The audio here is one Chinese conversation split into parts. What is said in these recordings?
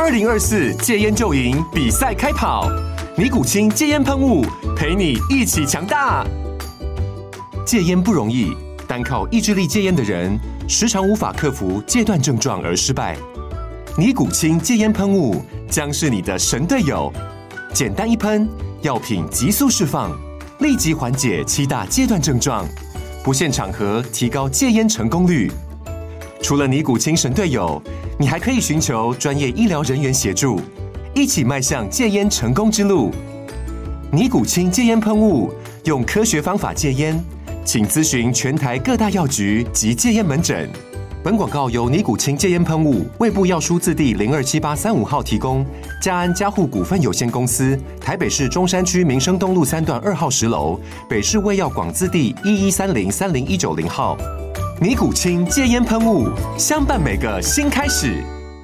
2024戒烟就赢比赛开跑，尼古清戒烟喷雾，陪你一起强大。戒烟不容易，单靠意志力戒烟的人，时常无法克服戒断症状而失败。尼古清戒烟喷雾将是你的神队友，简单一喷，药品急速释放，立即缓解7大戒断症状，不限场合提高戒烟成功率。除了尼古清神队友，你还可以寻求专业医疗人员协助，一起迈向戒烟成功之路。尼古清戒烟喷雾，用科学方法戒烟，请咨询全台各大药局及戒烟门诊。本广告由尼古清戒烟喷雾、卫部药书字第027835号提供，嘉安嘉护股份有限公司，台北市中山区民生东路3段2号10楼，北市卫药广字第1130-30190号。尼古清戒烟喷雾，相伴每个新开始。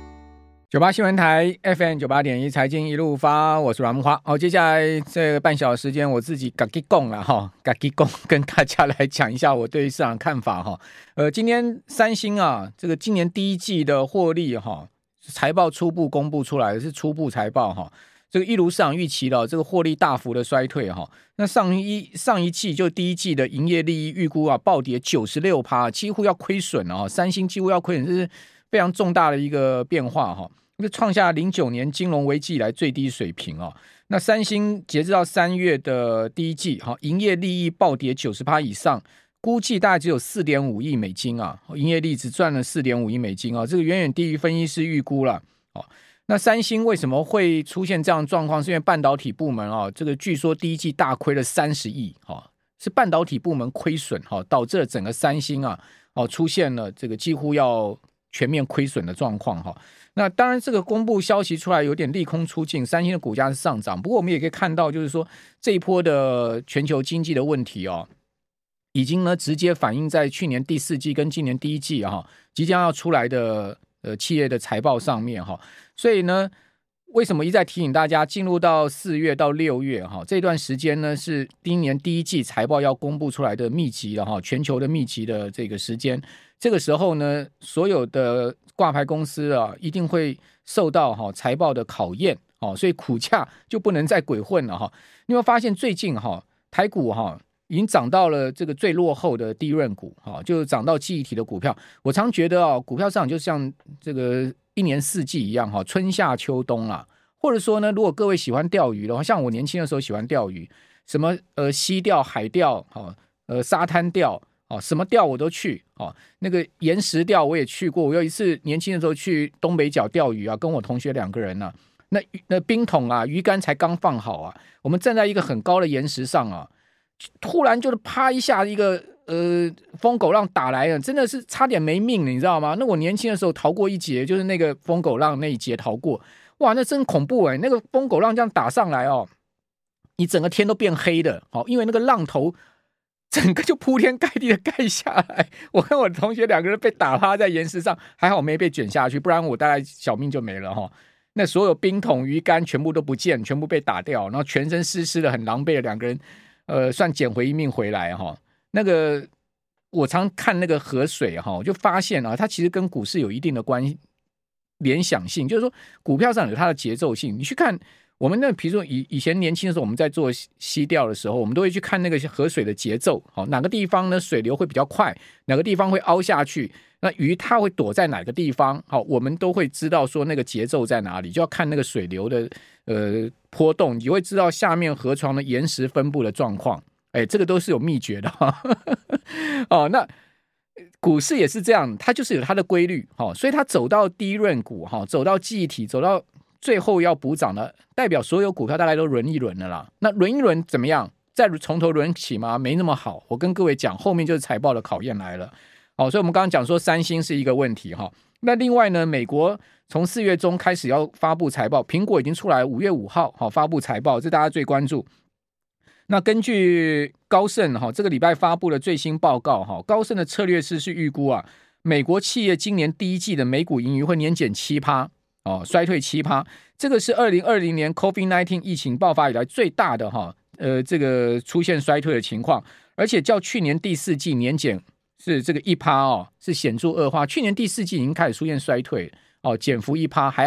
98新闻台 FM98.1 财经一路发，我是阮木华。接下来这个半小时时间，我自己自己讲啦哈，自己讲跟大家来讲一下我对市场看法哈。今天三星啊，这个今年第一季的获利哈，财报初步公布出来的是初步财报哈。这个一如市场预期的，这个获利大幅的衰退哈。那上一季就第一季的营业利益预估啊，暴跌96%，几乎要亏损了哈。三星几乎要亏损，这是非常重大的一个变化哈。这创下09年金融危机以来最低水平哦。那三星截至到3月的第一季哈，营业利益暴跌90%以上，估计大概只有4.5亿美金啊，营业利只赚了4.5亿美金啊，这个远远低于分析师预估了哦。那三星为什么会出现这样的状况？是因为半导体部门啊，这个据说第一季大亏了30亿哈，是半导体部门亏损哈，导致了整个三星啊出现了这个几乎要全面亏损的状况哈。那当然这个公布消息出来有点利空出尽，三星的股价是上涨，不过我们也可以看到就是说这一波的全球经济的问题哦，已经呢直接反映在去年第4季跟今年第一季即将要出来的企业的财报上面哈。所以呢，为什么一再提醒大家，进入到4月到6月这段时间呢，是今年第一季财报要公布出来的密集了全球的密集的这个时间。这个时候呢，所有的挂牌公司啊，一定会受到财报的考验所以股价就不能再鬼混了你会发现最近台股已经涨到了这个最落后的低润股就涨到记忆体的股票。我常觉得股票市场就像这个一年四季一样春夏秋冬啦，或者说呢，如果各位喜欢钓鱼的话，像我年轻的时候喜欢钓鱼，什么溪钓、海钓沙滩钓什么钓我都去那个岩石钓我也去过。我有一次年轻的时候去东北角钓鱼跟我同学2个人那冰桶鱼竿才刚放好我们站在一个很高的岩石上突然就是啪一下一个疯狗浪打来了，真的是差点没命了，你知道吗？那我年轻的时候逃过一劫，就是那个疯狗浪那一劫逃过。哇，那真恐怖那个疯狗浪这样打上来你整个天都变黑的因为那个浪头整个就铺天盖地的盖下来。我跟我的同学2个人被打趴在岩石上，还好没被卷下去，不然我大概小命就没了那所有冰桶鱼竿全部都不见，全部被打掉，然后全身湿湿的很狼狈的2个人算捡回一命回来那个我常看那个河水我就发现它其实跟股市有一定的联想性，就是说股票上有它的节奏性。你去看我们比如说以前年轻的时候，我们在做溪钓的时候，我们都会去看那个河水的节奏哪个地方呢水流会比较快，哪个地方会凹下去，那鱼它会躲在哪个地方我们都会知道说那个节奏在哪里，就要看那个水流的波动，你会知道下面河床的岩石分布的状况。这个都是有秘诀的那股市也是这样，它就是有它的规律所以它走到低润股走到记忆体，走到最后要补涨的，代表所有股票大概都轮一轮了啦。那轮一轮怎么样？再从头轮起吗？没那么好。我跟各位讲，后面就是财报的考验来了所以我们刚刚讲说三星是一个问题那另外呢，美国从4月中开始要发布财报，苹果已经出来5月5号发布财报，这大家最关注。那根据高盛这个礼拜发布的最新报告高盛的策略师是预估美国企业今年第一季的每股盈余会年减 7%衰退 7%， 这个是2020年 COVID-19 疫情爆发以来最大的这个出现衰退的情况，而且较去年第4季年减是这个 1% 是显著恶化。去年第4季已经开始出现衰退减幅 1% 还好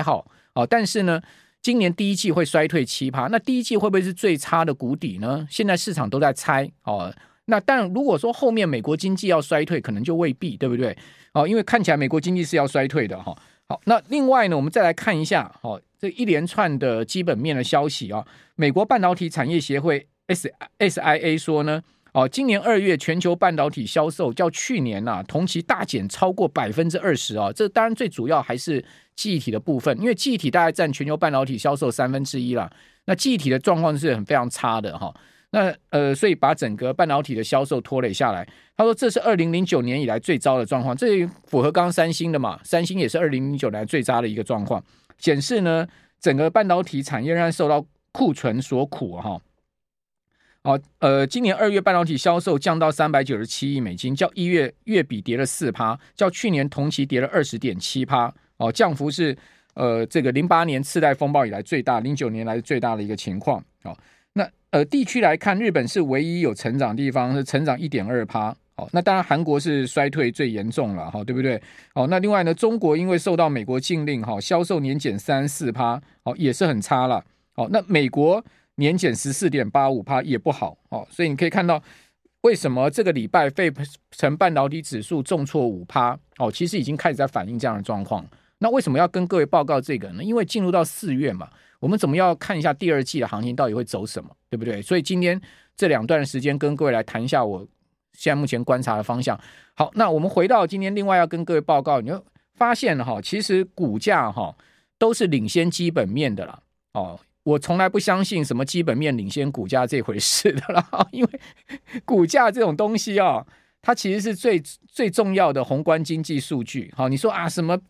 但是呢，今年第一季会衰退 7%， 那第一季会不会是最差的谷底呢？现在市场都在猜那当然，如果说后面美国经济要衰退，可能就未必，对不对？因为看起来美国经济是要衰退的好，那另外呢，我们再来看一下这一连串的基本面的消息美国半导体产业协会 SIA 说呢，今年2月全球半导体销售较去年同期大减超过 20% 这当然最主要还是记忆体的部分，因为记忆体大概占全球半导体销售1/3啦，那记忆体的状况是非常差的那所以把整个半导体的销售拖累下来。他说这是2009年以来最糟的状况，这符合刚刚三星的嘛，三星也是2009年最差的一个状况，显示呢整个半导体产业仍然受到库存所苦今年2月半导体销售降到397亿美金，较1月月比跌了 4%， 较去年同期跌了 20.7%， 降幅是这个08年次贷风暴以来最大，09年来最大的一个情况那地区来看，日本是唯一有成长的地方，是成长 1.2%。那当然韩国是衰退最严重了对不对那另外呢，中国因为受到美国禁令销售年减 34%也是很差了那美国年减 14.85% 也不好所以你可以看到为什么这个礼拜费城半导体指数重挫 5%其实已经开始在反映这样的状况。那为什么要跟各位报告这个呢？因为进入到4月嘛，我们怎么要看一下第二季的行情到底会走什么，对不对？所以今天这2段时间跟各位来谈一下我现在目前观察的方向。好，那我们回到今天另外要跟各位报告，你会发现其实股价都是领先基本面的啦我从来不相信什么基本面领先股价这回事的啦因为股价这种东西它其实是最重要的宏观经济数据你说什么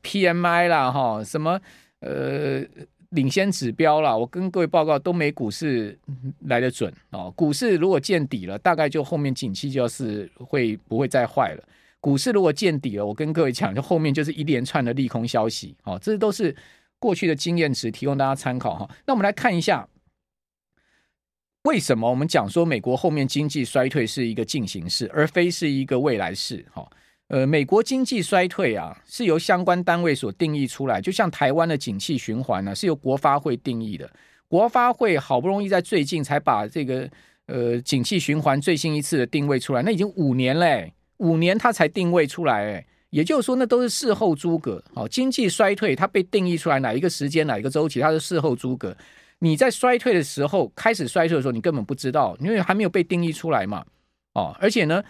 PMI 啦什么领先指标啦，我跟各位报告都没股市来得准股市如果见底了，大概就后面景气就是不会再坏了。股市如果见底了，我跟各位讲，就后面就是一连串的利空消息这都是过去的经验值，提供大家参考那我们来看一下，为什么我们讲说美国后面经济衰退是一个进行式，而非是一个未来式美国经济衰退是由相关单位所定义出来，就像台湾的景气循环是由国发会定义的。国发会好不容易在最近才把这个景气循环最新一次的定位出来，那已经5年了5年它才定位出来也就是说那都是事后诸葛经济衰退它被定义出来哪一个时间哪一个周期，它是事后诸葛。你在衰退的时候，开始衰退的时候，你根本不知道，因为还没有被定义出来嘛而且呢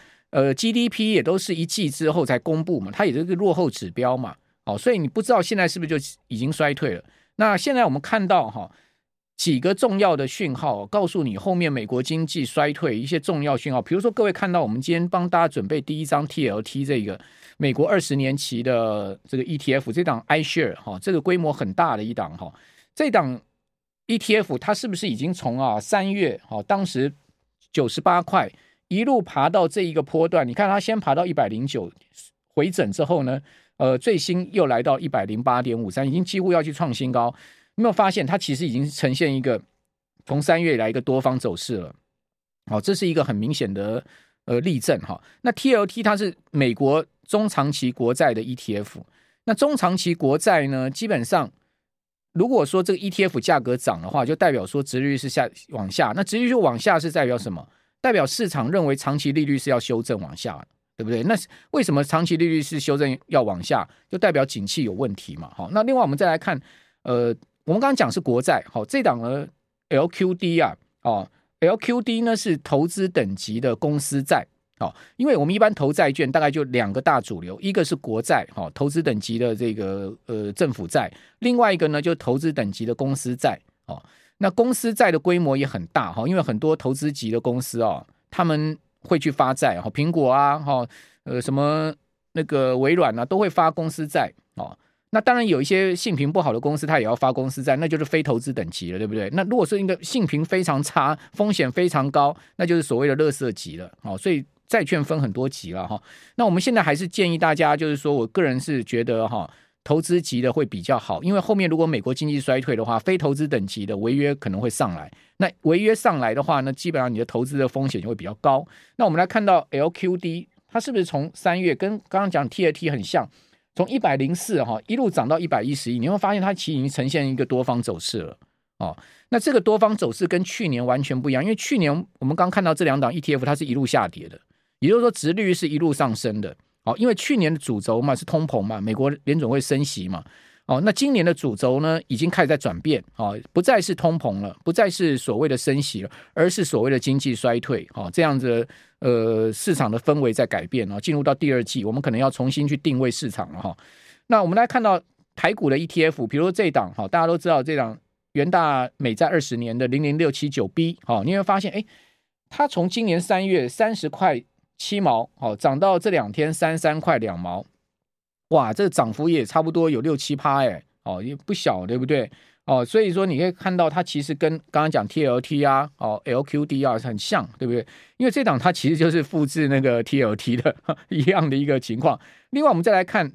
GDP 也都是1季之后才公布嘛，它也是个落后指标嘛所以你不知道现在是不是就已经衰退了。那现在我们看到几个重要的讯号告诉你后面美国经济衰退一些重要讯号。比如说各位看到我们今天帮大家准备第一张 TLT 这个美国20年期的这个 ETF， 这档 iShare 这个规模很大的一档这档 ETF 它是不是已经从3月当时98块一路爬到这一个波段，你看它先爬到109回整之后呢最新又来到 108.53， 已经几乎要去创新高。有没有发现它其实已经呈现一个从3月以来一个多方走势了这是一个很明显的例证那 TLT 它是美国中长期国债的 ETF， 那中长期国债呢，基本上如果说这个 ETF 价格涨的话，就代表说殖利率是往下，那殖利率往下是代表什么？代表市场认为长期利率是要修正往下，对不对？那为什么长期利率是修正要往下？就代表景气有问题嘛那另外我们再来看我们刚刚讲是国债这档呢 LQD LQD 呢是投资等级的公司债因为我们一般投债券大概就2个大主流，一个是国债投资等级的这个政府债，另外一个呢就投资等级的公司债那公司债的规模也很大因为很多投资级的公司他们会去发债苹果什么那个微软都会发公司债那当然有一些信评不好的公司它也要发公司债，那就是非投资等级了，对不对？那如果是一个信评非常差风险非常高，那就是所谓的垃圾级了所以债券分很多级了那我们现在还是建议大家，就是说我个人是觉得投资级的会比较好，因为后面如果美国经济衰退的话，非投资等级的违约可能会上来，那违约上来的话呢，基本上你的投资的风险就会比较高。那我们来看到 LQD 它是不是从3月跟刚刚讲 TLT 很像， 从104一路涨到111，你会发现它其实已经呈现一个多方走势了。那这个多方走势跟去年完全不一样，因为去年我们刚看到这两档 ETF 它是一路下跌的，也就是说殖利率是一路上升的。因为去年的主轴嘛是通膨嘛，美国联准会升息嘛。那今年的主轴呢已经开始在转变，不再是通膨了，不再是所谓的升息了，而是所谓的经济衰退。这样子市场的氛围在改变，进入到第二季，我们可能要重新去定位市场了。那我们来看到台股的 ETF， 比如说这一档，大家都知道这档元大美债20年的 00679B， 你会发现它从今年3月30块7毛涨到这2天33块2毛，哇，这个涨幅也差不多有6-7%，也不小，对不对？所以说你可以看到它其实跟刚刚讲 TLT 啊LQD 啊很像，对不对？因为这档它其实就是复制那个 TLT 的一样的一个情况。另外我们再来看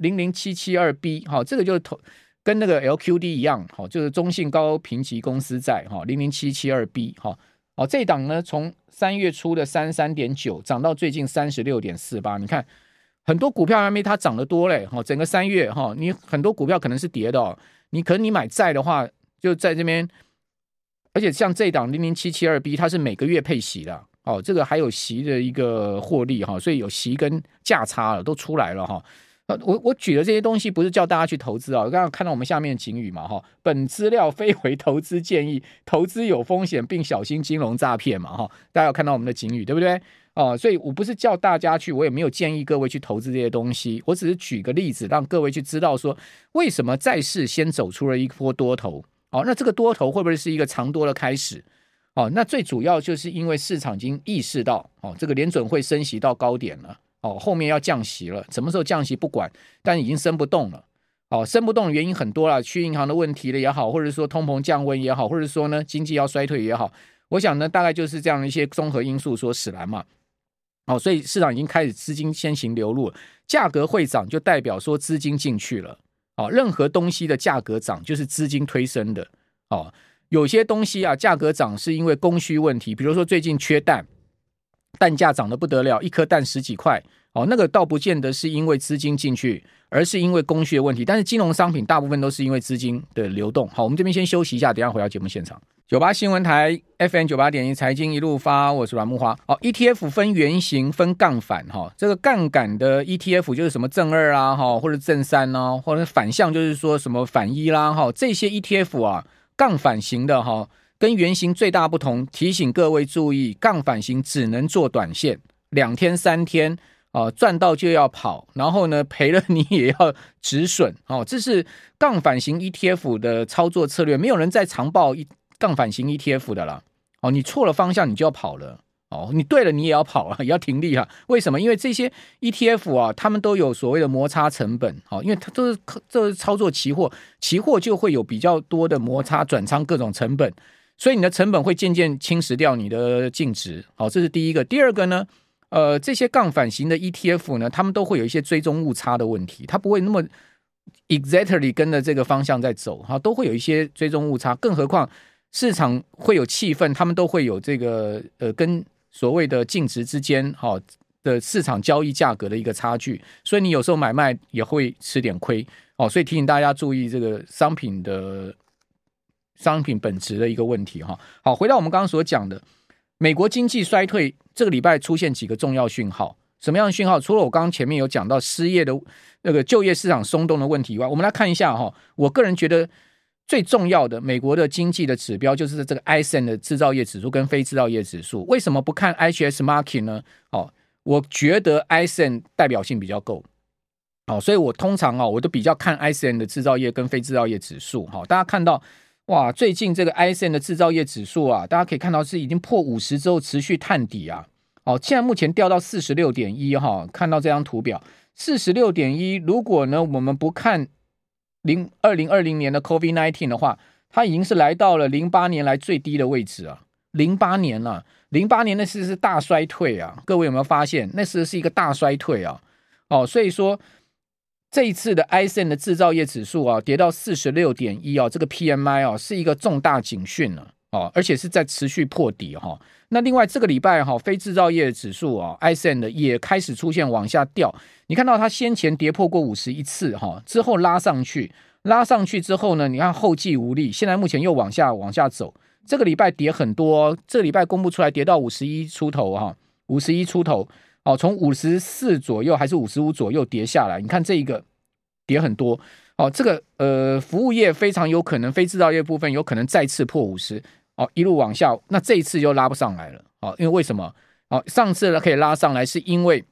00772B， 这个就是跟那个 LQD 一样，就是中信高评级公司债 00772B， 这档呢从3月初的 33.9 涨到最近 36.48， 你看很多股票还没它涨得多嘞，整个3月你很多股票可能是跌的，你可能你买债的话就在这边，而且像这一档 00772B 它是每个月配息的，这个还有息的一个获利，所以有息跟价差了都出来了。我举的这些东西不是叫大家去投资刚刚看到我们下面的警语嘛，本资料非为投资建议，投资有风险并小心金融诈骗嘛，大家有看到我们的警语对不对？所以我不是叫大家去，我也没有建议各位去投资这些东西，我只是举个例子让各位去知道说为什么债市先走出了一波多头。那这个多头会不会是一个长多的开始？那最主要就是因为市场已经意识到这个联准会升息到高点了，后面要降息了，什么时候降息不管，但已经升不动了。升不动的原因很多啦，去银行的问题了也好，或者说通膨降温也好，或者说呢经济要衰退也好，我想呢大概就是这样的一些综合因素所使然嘛。所以市场已经开始资金先行流入了，价格会涨就代表说资金进去了。任何东西的价格涨就是资金推升的。有些东西价格涨是因为供需问题，比如说最近缺蛋，蛋价涨得不得了，一颗蛋10几块，那个倒不见得是因为资金进去，而是因为供需的问题。但是金融商品大部分都是因为资金的流动。好，我们这边先休息一下，等一下回到节目现场。98新闻台 FM 98.1财经一路发，我是阮木华。ETF 分原型分杠杆，这个杠杆的 ETF 就是什么正2啦，或者正3啦，或者反向就是说什么反1啦，这些 ETF 杠反型的跟原型最大不同，提醒各位注意，杠反型只能做短线，2天3天赚到就要跑，然后呢赔了你也要止损，这是杠反型 ETF 的操作策略，没有人在长报杠反型 ETF 的啦。你错了方向你就要跑了，你对了你也要跑也要停利为什么？因为这些 ETF 他们都有所谓的摩擦成本，因为它都是操作期货，期货就会有比较多的摩擦转仓各种成本，所以你的成本会渐渐侵蚀掉你的净值。这是第一个。第二个呢，这些杠反型的 ETF 呢，他们都会有一些追踪误差的问题，它不会那么 exactly 跟着这个方向在走，都会有一些追踪误差，更何况市场会有气氛，他们都会有这个跟所谓的净值之间的市场交易价格的一个差距，所以你有时候买卖也会吃点亏所以提醒大家注意这个商品本质的一个问题好，回到我们刚刚所讲的美国经济衰退，这个礼拜出现几个重要讯号。什么样的讯号？除了我刚刚前面有讲到失业的那个就业市场松动的问题以外，我们来看一下我个人觉得最重要的美国的经济的指标就是这个 ISM 的制造业指数跟非制造业指数。为什么不看 IHS Markit 呢？我觉得 ISM 代表性比较够，所以我通常我都比较看 ISM 的制造业跟非制造业指数。大家看到哇，最近这个 ISM 的制造业指数大家可以看到是已经破50之后持续探底现在目前掉到 46.1 看到这张图表 46.1， 如果呢我们不看2020年的 COVID-19 的话，它已经是来到了08年来最低的位置08年08年那是大衰退各位有没有发现那是一个大衰退所以说这一次的 ISM 的制造业指数跌到 46.1 这个 PMI 是一个重大警讯而且是在持续破底那另外这个礼拜非制造业指数ISM 的也开始出现往下掉，你看到它先前跌破过51次之后拉上去之后呢，你看后继无力，现在目前又往下走。这个礼拜跌很多，这个礼拜公布出来跌到51出头51出头从54左右还是55左右跌下来，你看这一个跌很多这个服务业非常有可能，非制造业部分有可能再次破50一路往下，那这一次又拉不上来了因为为什么上次可以拉上来是因为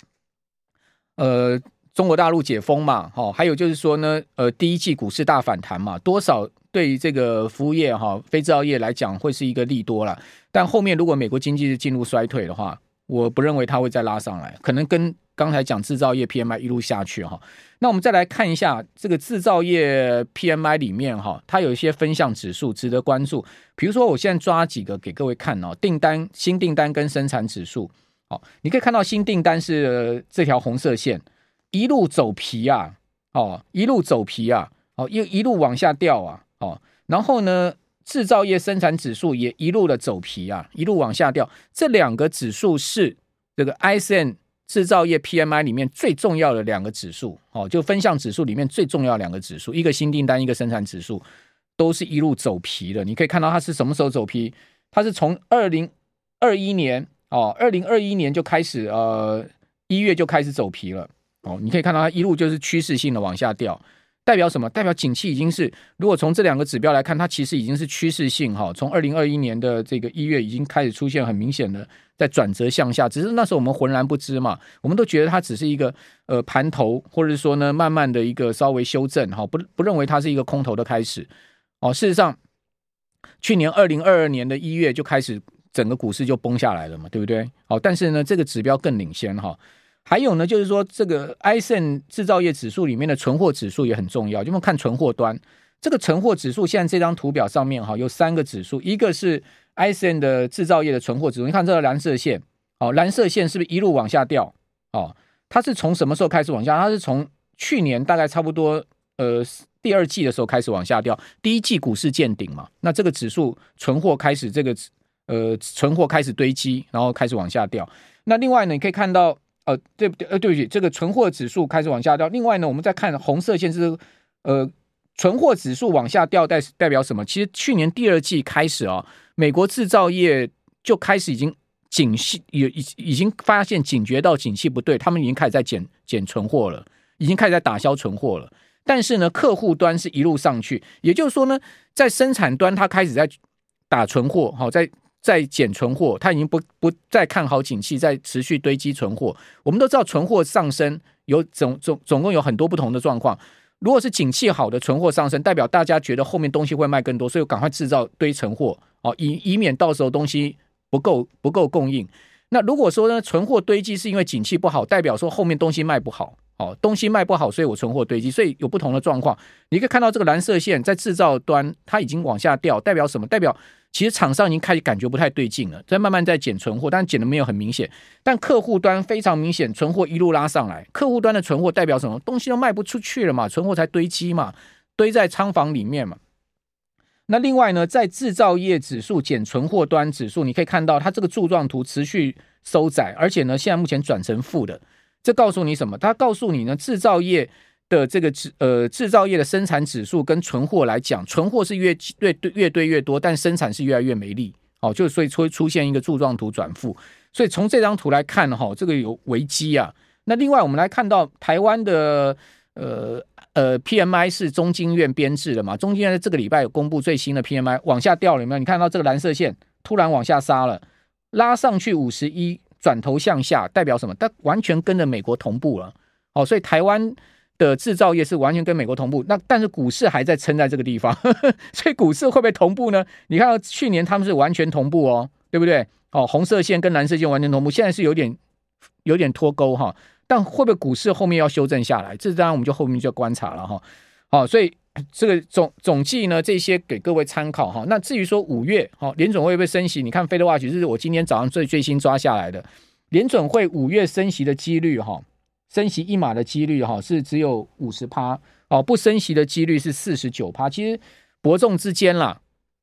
中国大陆解封嘛还有就是说呢第一季股市大反弹嘛，多少对于这个服务业非制造业来讲会是一个利多啦，但后面如果美国经济进入衰退的话，我不认为它会再拉上来，可能跟刚才讲制造业 PMI 一路下去那我们再来看一下这个制造业 PMI 里面它有一些分项指数值得关注，比如说我现在抓几个给各位看新订单跟生产指数你可以看到新订单是这条红色线一路走皮一路走皮一路往下掉然后呢制造业生产指数也一路的走皮一路往下掉，这两个指数是这个 ISM 制造业 PMI 里面最重要的两个指数就分项指数里面最重要的两个指数，一个新订单一个生产指数都是一路走皮的。你可以看到它是什么时候走皮，它是从2021年就开始1月就开始走皮了你可以看到它一路就是趋势性的往下掉，代表什么？代表景气已经是，如果从这两个指标来看，它其实已经是趋势性从2021年的这个1月已经开始出现很明显的在转折向下，只是那时候我们浑然不知嘛，我们都觉得它只是一个盘头，或者是说呢慢慢的一个稍微修正不认为它是一个空头的开始事实上去年2022年的1月就开始整个股市就崩下来了嘛，对不对但是呢这个指标更领先还有呢，就是说这个 ISM 制造业指数里面的存货指数也很重要，就我们看存货端，这个存货指数现在这张图表上面有3个指数，一个是 ISM 的制造业的存货指数，你看这个蓝色线蓝色线是不是一路往下掉它是从什么时候开始往下？它是从去年大概差不多第二季的时候开始往下掉，第一季股市见顶嘛，那这个指数存货开始存货开始堆积，然后开始往下掉。那另外呢，你可以看到对不起，这个存货指数开始往下掉。另外呢，我们再看红色线是存货指数往下掉代表什么？其实去年第二季开始美国制造业就开始已经已经发现警觉到景气不对，他们已经开始在减存货了，已经开始在打消存货了。但是呢，客户端是一路上去，也就是说呢，在生产端它开始在打存货，在减存货，它已经不再看好景气，在持续堆积存货。我们都知道存货上升有总共有很多不同的状况。如果是景气好的存货上升，代表大家觉得后面东西会卖更多，所以赶快制造堆存货以免到时候东西不够供应。那如果说呢，存货堆积是因为景气不好，代表说后面东西卖不好东西卖不好，所以我存货堆积，所以有不同的状况。你可以看到这个蓝色线在制造端它已经往下掉，代表什么？代表其实厂商已经开始感觉不太对劲了，在慢慢在减存货，但减的没有很明显。但客户端非常明显，存货一路拉上来。客户端的存货代表什么？东西都卖不出去了嘛，存货才堆积嘛，堆在仓房里面嘛。那另外呢，在制造业指数减存货端指数，你可以看到它这个柱状图持续收窄，而且呢，现在目前转成负的。这告诉你什么？它告诉你呢，制造业的这个制造业的生产指数跟存货来讲，存货是越堆越多，但生产是越来越没力就所以会出现一个柱状图转负。所以从这张图来看这个有危机啊。那另外我们来看到台湾的PMI 是中经院编制的嘛，中经院在这个礼拜有公布最新的 PMI 往下掉了，有没有？你看到这个蓝色线突然往下杀了，拉上去51，转头向下，代表什么？它完全跟着美国同步了所以台湾的制造业是完全跟美国同步，那但是股市还在撑在这个地方所以股市会不会同步呢？你看到去年他们是完全同步对不对红色线跟蓝色线完全同步，现在是有点脱钩但会不会股市后面要修正下来？这当然我们就后面就观察了所以这个总计呢，这些给各位参考那至于说5月联准会会不会升息？你看 Fed Watch 是我今天早上最新抓下来的，联准会5月升息的几率升息一码的几率是只有 50%不升息的几率是 49%， 其实伯仲之间啦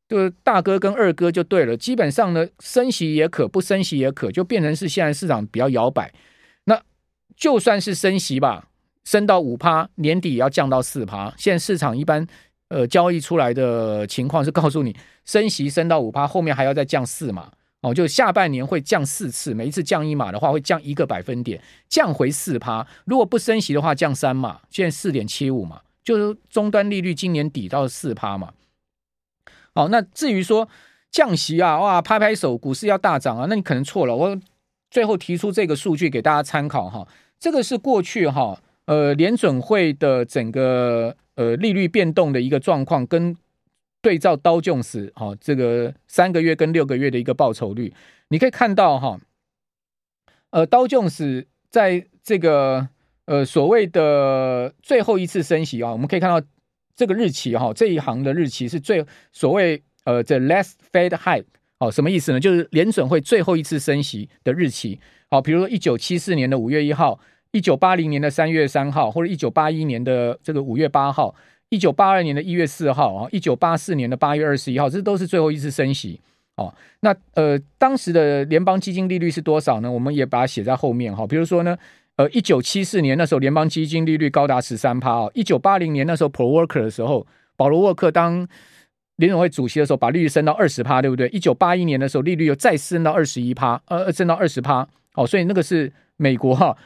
就是大哥跟二哥就对了，基本上呢，升息也可，不升息也可，就变成是现在市场比较摇摆。那就算是升息吧，升到 5%， 年底也要降到 4%。现在市场一般交易出来的情况是告诉你，升息升到 5%， 后面还要再降4码。就下半年会降4次，每一次降1码的话会降1个百分点，降回 4%。如果不升息的话降3码，现在 4.75 嘛，就是终端利率今年底到 4% 嘛。好，那至于说降息啊，哇，拍拍手，股市要大涨啊，那你可能错了。我最后提出这个数据给大家参考哈，这个是过去哈，联准会的整个利率变动的一个状况，跟对照道琼斯哈这个3个月跟6个月的一个报酬率，你可以看到哈，道琼斯在这个所谓的最后一次升息啊，我们可以看到。这个日期哈，这一行的日期是最所谓the last Fed hike， 什么意思呢？就是联准会最后一次升息的日期。好，比如说1974年的5月1号，1980年的3月3号，或者1981年的这个5月8号，1982年的1月4号，1984年的8月21号，这都是最后一次升息。那当时的联邦基金利率是多少呢？我们也把它写在后面哈。比如说呢。1974年那时候联邦基金利率高达 13%，1980年那时候 Paul Volcker 的时候，保罗沃克当联准会主席的时候把利率升到 20%， 对不对？1981年的时候利率又再升到 21%，升到 20%，所以那个是美国哈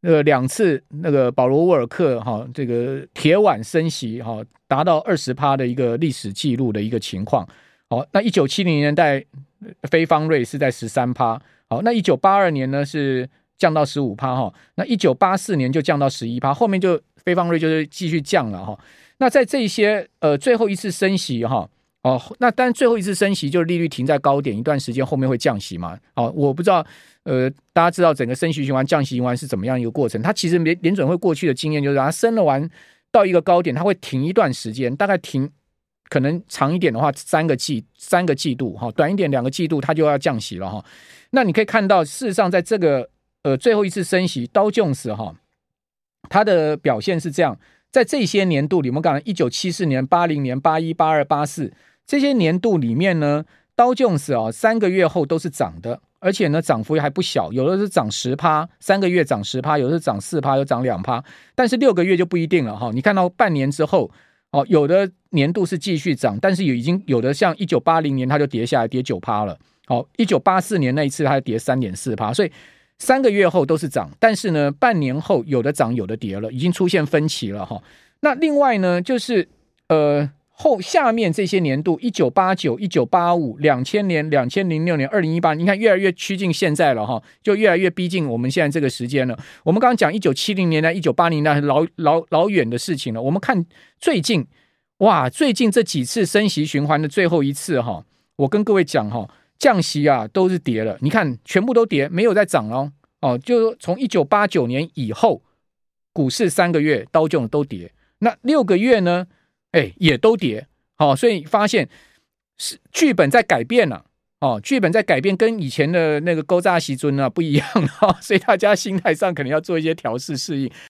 2次那个保罗沃尔克哈这个铁腕升息哈达到 20% 的一个历史记录的一个情况。好，那1970年代非方瑞是在 13%， 好，那1982年呢是降到 15% 哈，那1984年就降到 11%， 后面就非方瑞就是继续降了哈。那在这些最后一次升息哈，那当然最后一次升息就是利率停在高点一段时间，后面会降息嘛。我不知道大家知道整个升息循环、降息循环是怎么样一个过程？它其实联准会过去的经验就是它升了完到一个高点，它会停一段时间，大概停可能长一点的话三个季度哈，短一点2个季度它就要降息了哈。那你可以看到，事实上在这个最后一次升息，道琼斯哈，它的表现是这样，在这些年度里，我们讲1974年、80年、81、82、84这些年度里面呢，道琼斯3个月后都是涨的，而且呢涨幅还不小，有的是涨 10%，3 个月涨 10%， 有的是涨 4%， 有涨 2%， 但是6个月就不一定了哈。你看到半年之后，有的年度是继续涨，但是已经有的像1980年它就跌下来，跌 9% 了。1984年那一次它跌 3.4%， 所以3个月后都是涨，但是呢，半年后有的涨有的跌了，已经出现分歧了哈。那另外呢，就是下面这些年度1989、1985、2000年、2006年、2018，你看越来越趋近现在了哈，就越来越逼近我们现在这个时间了。我们刚刚讲1970年代、1980年代老远的事情了。我们看最近，哇，最近这几次升息循环的最后一次哈，我跟各位讲哈。降息啊，都是跌了。你看，全部都跌，没有再涨哦。就从1989年以后，股市3个月道琼都跌，那6个月呢，也都跌。所以发现是剧本在改变了。剧本在改变，跟以前的那个勾扎西尊不一样所以大家心态上可能要做一些调试适应。